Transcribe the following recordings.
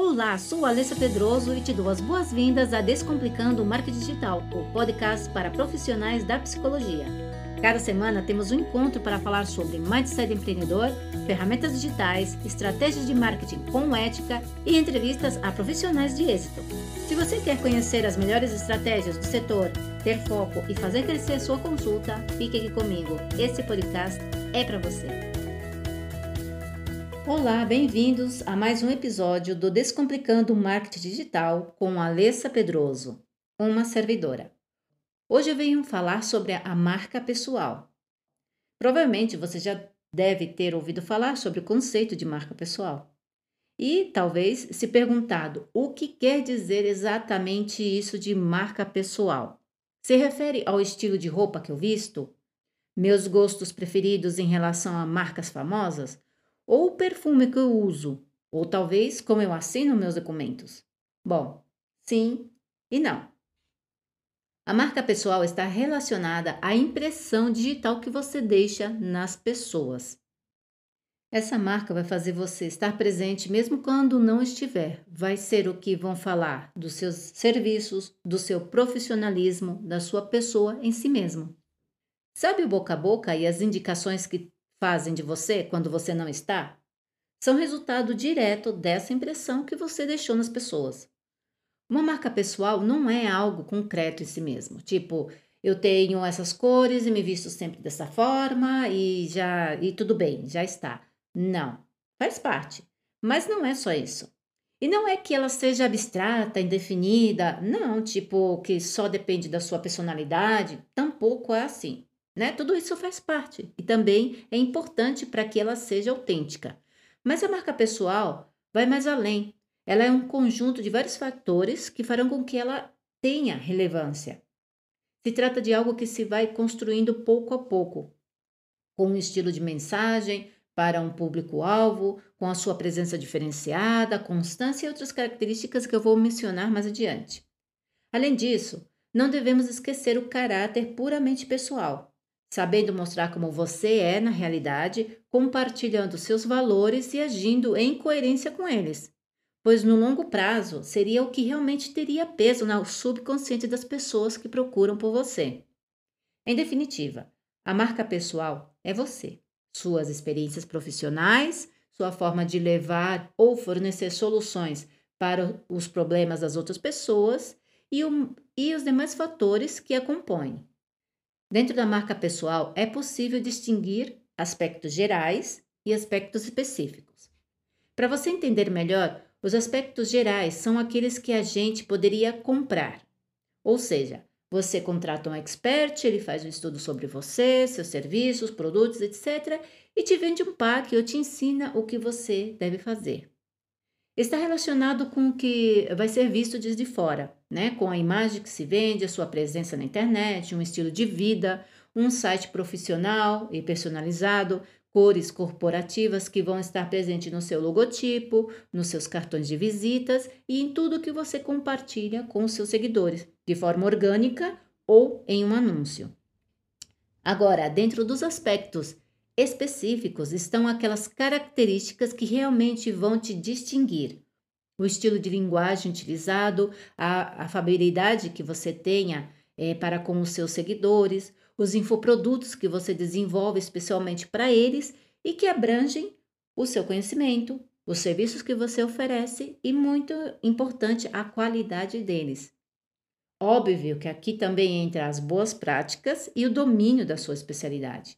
Olá, sou Alessa Pedroso e te dou as boas-vindas a Descomplicando o Marketing Digital, o podcast para profissionais da psicologia. Cada semana temos um encontro para falar sobre mindset empreendedor, ferramentas digitais, estratégias de marketing com ética e entrevistas a profissionais de êxito. Se você quer conhecer as melhores estratégias do setor, ter foco e fazer crescer sua consulta, fique aqui comigo. Esse podcast é para você. Olá, bem-vindos a mais um episódio do Descomplicando o Marketing Digital com Alessa Pedroso, uma servidora. Hoje eu venho falar sobre a marca pessoal. Provavelmente você já deve ter ouvido falar sobre o conceito de marca pessoal. E talvez se perguntado o que quer dizer exatamente isso de marca pessoal. Se refere ao estilo de roupa que eu visto? Meus gostos preferidos em relação a marcas famosas? Ou o perfume que eu uso? Ou talvez como eu assino meus documentos? Bom, sim e não. A marca pessoal está relacionada à impressão digital que você deixa nas pessoas. Essa marca vai fazer você estar presente mesmo quando não estiver. Vai ser o que vão falar dos seus serviços, do seu profissionalismo, da sua pessoa em si mesmo. Sabe o boca a boca e as indicações que fazem de você quando você não está? São resultado direto dessa impressão que você deixou nas pessoas. Uma marca pessoal não é algo concreto em si mesmo, tipo, eu tenho essas cores e me visto sempre dessa forma e tudo bem, já está. Não, faz parte, mas não é só isso. E não é que ela seja abstrata, indefinida, não, tipo, que só depende da sua personalidade, tampouco é assim, né? Tudo isso faz parte e também é importante para que ela seja autêntica. Mas a marca pessoal vai mais além. Ela é um conjunto de vários fatores que farão com que ela tenha relevância. Se trata de algo que se vai construindo pouco a pouco, com um estilo de mensagem para um público-alvo, com a sua presença diferenciada, constância e outras características que eu vou mencionar mais adiante. Além disso, não devemos esquecer o caráter puramente pessoal, sabendo mostrar como você é na realidade, compartilhando seus valores e agindo em coerência com eles. Pois no longo prazo seria o que realmente teria peso no subconsciente das pessoas que procuram por você. Em definitiva, a marca pessoal é você, suas experiências profissionais, sua forma de levar ou fornecer soluções para os problemas das outras pessoas e os demais fatores que a compõem. Dentro da marca pessoal é possível distinguir aspectos gerais e aspectos específicos. Para você entender melhor, os aspectos gerais são aqueles que a gente poderia comprar. Ou seja, você contrata um expert, ele faz um estudo sobre você, seus serviços, produtos, etc. e te vende um pack ou te ensina o que você deve fazer. Está relacionado com o que vai ser visto desde fora, né? Com a imagem que se vende, a sua presença na internet, um estilo de vida, um site profissional e personalizado, cores corporativas que vão estar presentes no seu logotipo, nos seus cartões de visitas e em tudo que você compartilha com os seus seguidores, de forma orgânica ou em um anúncio. Agora, dentro dos aspectos específicos estão aquelas características que realmente vão te distinguir. O estilo de linguagem utilizado, a afabilidade que você tenha para com os seus seguidores, os infoprodutos que você desenvolve especialmente para eles e que abrangem o seu conhecimento, os serviços que você oferece e, muito importante, a qualidade deles. Óbvio que aqui também entra as boas práticas e o domínio da sua especialidade.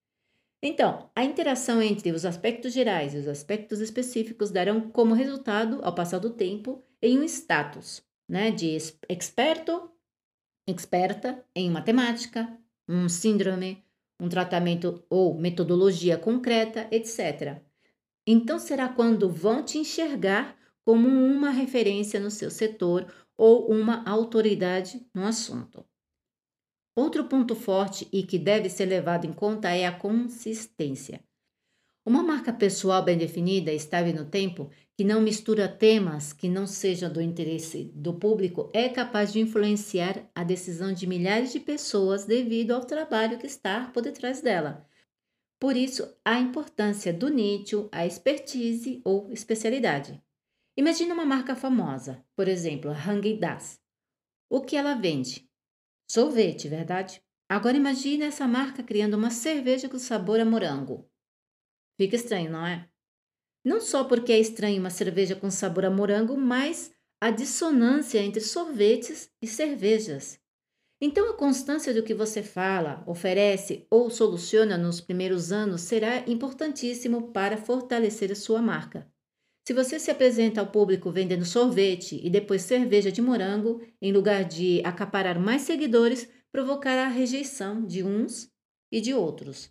Então, a interação entre os aspectos gerais e os aspectos específicos darão como resultado, ao passar do tempo, em um status, né, de experto, experta em matemática, um síndrome, um tratamento ou metodologia concreta, etc. Então, será quando vão te enxergar como uma referência no seu setor ou uma autoridade no assunto. Outro ponto forte e que deve ser levado em conta é a consistência. Uma marca pessoal bem definida, estável no tempo, que não mistura temas que não sejam do interesse do público, é capaz de influenciar a decisão de milhares de pessoas devido ao trabalho que está por detrás dela. Por isso, a importância do nicho, a expertise ou especialidade. Imagina uma marca famosa, por exemplo, a Häagen-Dazs. O que ela vende? Sorvete, verdade? Agora imagine essa marca criando uma cerveja com sabor a morango. Fica estranho, não é? Não só porque é estranho uma cerveja com sabor a morango, mas a dissonância entre sorvetes e cervejas. Então, a constância do que você fala, oferece ou soluciona nos primeiros anos será importantíssimo para fortalecer a sua marca. Se você se apresenta ao público vendendo sorvete e depois cerveja de morango, em lugar de acaparar mais seguidores, provocará a rejeição de uns e de outros.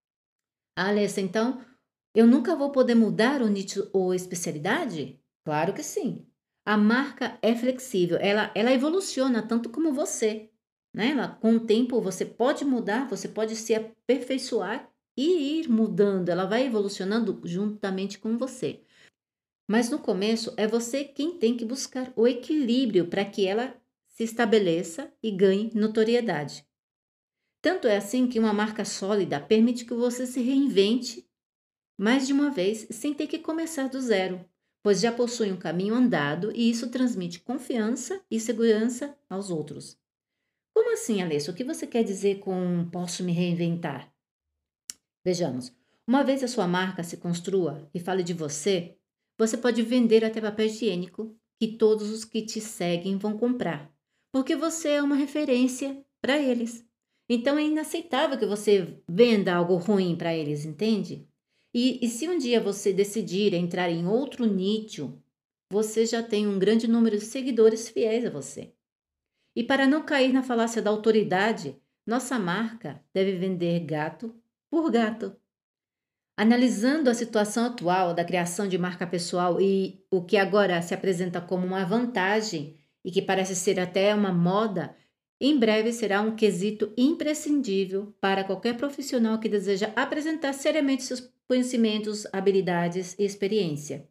Alessa, então, eu nunca vou poder mudar o nicho ou especialidade? Claro que sim. A marca é flexível, ela evoluciona tanto como você, né? Com o tempo você pode mudar, você pode se aperfeiçoar e ir mudando, ela vai evolucionando juntamente com você. Mas no começo é você quem tem que buscar o equilíbrio para que ela se estabeleça e ganhe notoriedade. Tanto é assim que uma marca sólida permite que você se reinvente mais de uma vez sem ter que começar do zero, pois já possui um caminho andado e isso transmite confiança e segurança aos outros. Como assim, Alessa? O que você quer dizer com posso me reinventar? Vejamos, uma vez a sua marca se construa e fale de você, você pode vender até papel higiênico que todos os que te seguem vão comprar, porque você é uma referência para eles. Então é inaceitável que você venda algo ruim para eles, entende? E se um dia você decidir entrar em outro nicho, você já tem um grande número de seguidores fiéis a você. E para não cair na falácia da autoridade, nossa marca deve vender gato por gato. Analisando a situação atual da criação de marca pessoal e o que agora se apresenta como uma vantagem e que parece ser até uma moda, em breve será um quesito imprescindível para qualquer profissional que deseja apresentar seriamente seus conhecimentos, habilidades e experiência.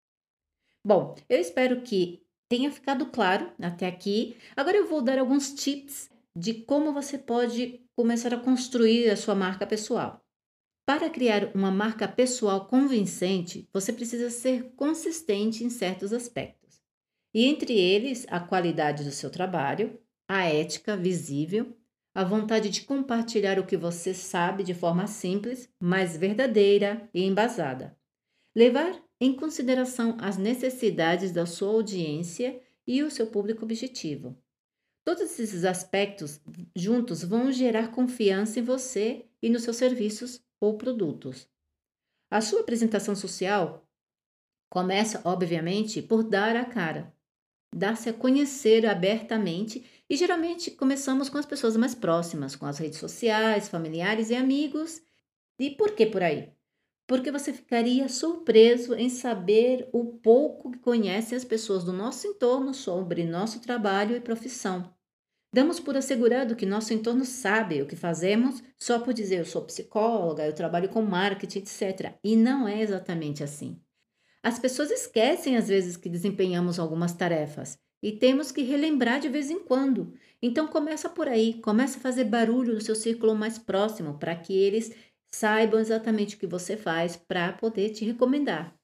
Bom, eu espero que tenha ficado claro até aqui. Agora eu vou dar alguns tips de como você pode começar a construir a sua marca pessoal. Para criar uma marca pessoal convincente, você precisa ser consistente em certos aspectos. E entre eles, a qualidade do seu trabalho, a ética visível, a vontade de compartilhar o que você sabe de forma simples, mas verdadeira e embasada. Levar em consideração as necessidades da sua audiência e o seu público objetivo. Todos esses aspectos juntos vão gerar confiança em você e nos seus serviços ou produtos. A sua apresentação social começa, obviamente, por dar a cara, dar-se a conhecer abertamente e geralmente começamos com as pessoas mais próximas, com as redes sociais, familiares e amigos. E por que por aí? Porque você ficaria surpreso em saber o pouco que conhecem as pessoas do nosso entorno sobre nosso trabalho e profissão. Damos por assegurado que nosso entorno sabe o que fazemos só por dizer eu sou psicóloga, eu trabalho com marketing, etc. E não é exatamente assim. As pessoas esquecem às vezes que desempenhamos algumas tarefas e temos que relembrar de vez em quando. Então começa por aí, começa a fazer barulho no seu círculo mais próximo para que eles saibam exatamente o que você faz para poder te recomendar.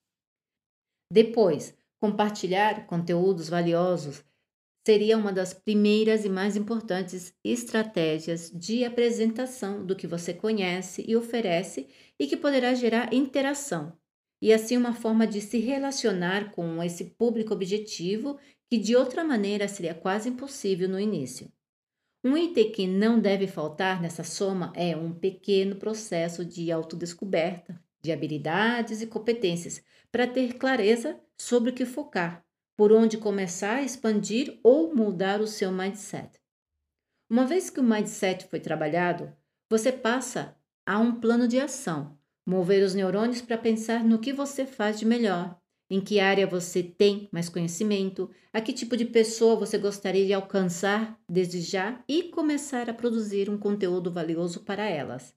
Depois, compartilhar conteúdos valiosos seria uma das primeiras e mais importantes estratégias de apresentação do que você conhece e oferece e que poderá gerar interação. E assim uma forma de se relacionar com esse público objetivo que de outra maneira seria quase impossível no início. Um item que não deve faltar nessa soma é um pequeno processo de autodescoberta de habilidades e competências para ter clareza sobre o que focar, por onde começar a expandir ou mudar o seu mindset. Uma vez que o mindset foi trabalhado, você passa a um plano de ação, mover os neurônios para pensar no que você faz de melhor, em que área você tem mais conhecimento, a que tipo de pessoa você gostaria de alcançar desde já e começar a produzir um conteúdo valioso para elas.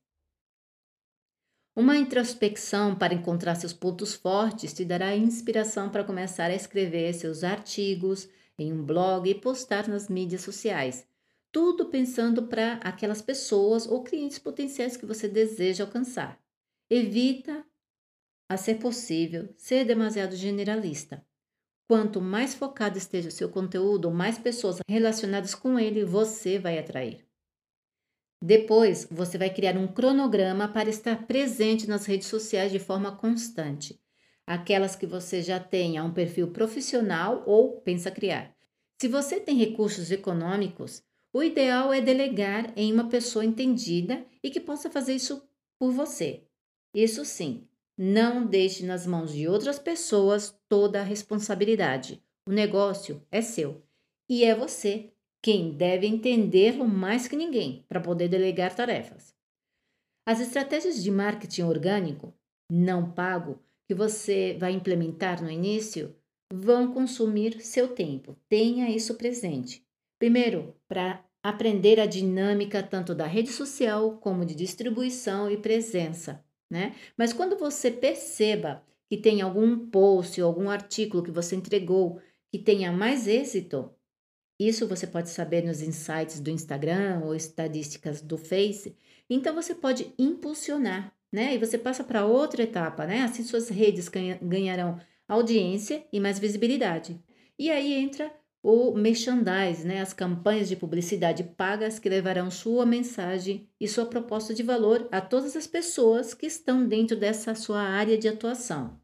Uma introspecção para encontrar seus pontos fortes te dará inspiração para começar a escrever seus artigos em um blog e postar nas mídias sociais. Tudo pensando para aquelas pessoas ou clientes potenciais que você deseja alcançar. Evita, a ser possível, ser demasiado generalista. Quanto mais focado esteja o seu conteúdo, mais pessoas relacionadas com ele você vai atrair. Depois, você vai criar um cronograma para estar presente nas redes sociais de forma constante. Aquelas que você já tenha um perfil profissional ou pensa criar. Se você tem recursos econômicos, o ideal é delegar em uma pessoa entendida e que possa fazer isso por você. Isso sim, não deixe nas mãos de outras pessoas toda a responsabilidade. O negócio é seu e é você quem deve entendê-lo mais que ninguém para poder delegar tarefas. As estratégias de marketing orgânico, não pago, que você vai implementar no início, vão consumir seu tempo. Tenha isso presente. Primeiro, para aprender a dinâmica tanto da rede social como de distribuição e presença, né? Mas quando você perceba que tem algum post ou algum artigo que você entregou que tenha mais êxito, isso você pode saber nos insights do Instagram ou estadísticas do Face. Então você pode impulsionar, né? E você passa para outra etapa, né? Assim suas redes ganharão audiência e mais visibilidade. E aí entra o merchandise, né? As campanhas de publicidade pagas que levarão sua mensagem e sua proposta de valor a todas as pessoas que estão dentro dessa sua área de atuação.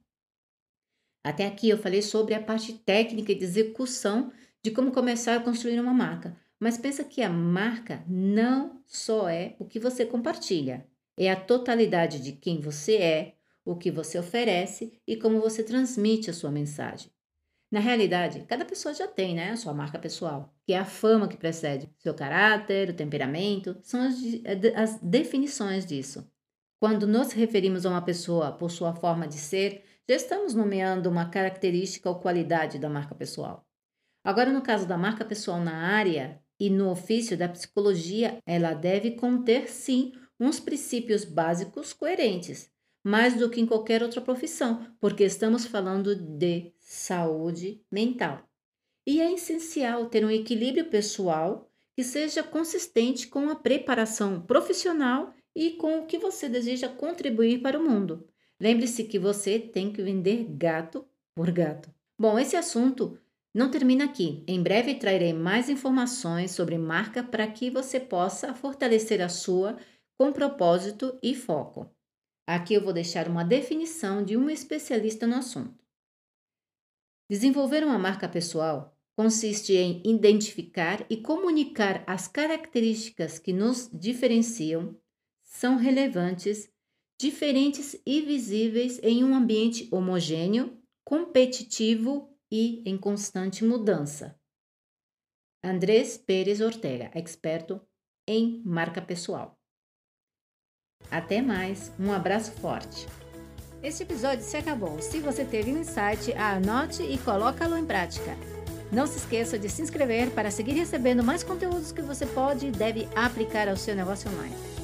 Até aqui eu falei sobre a parte técnica e de execução de como começar a construir uma marca. Mas pensa que a marca não só é o que você compartilha, é a totalidade de quem você é, o que você oferece e como você transmite a sua mensagem. Na realidade, cada pessoa já tem, né, a sua marca pessoal, que é a fama que precede. Seu caráter, o temperamento, são as definições disso. Quando nos referimos a uma pessoa por sua forma de ser, já estamos nomeando uma característica ou qualidade da marca pessoal. Agora, no caso da marca pessoal na área e no ofício da psicologia, ela deve conter, sim, uns princípios básicos coerentes, mais do que em qualquer outra profissão, porque estamos falando de saúde mental. E é essencial ter um equilíbrio pessoal que seja consistente com a preparação profissional e com o que você deseja contribuir para o mundo. Lembre-se que você tem que vender gato por gato. Bom, esse assunto não termina aqui. Em breve trarei mais informações sobre marca para que você possa fortalecer a sua com propósito e foco. Aqui eu vou deixar uma definição de um especialista no assunto. Desenvolver uma marca pessoal consiste em identificar e comunicar as características que nos diferenciam, são relevantes, diferentes e visíveis em um ambiente homogêneo, competitivo e em constante mudança. Andrés Pérez Ortega, experto em marca pessoal. Até mais, um abraço forte. Este episódio se acabou. Se você teve um insight, anote e coloque-lo em prática. Não se esqueça de se inscrever para seguir recebendo mais conteúdos que você pode e deve aplicar ao seu negócio online.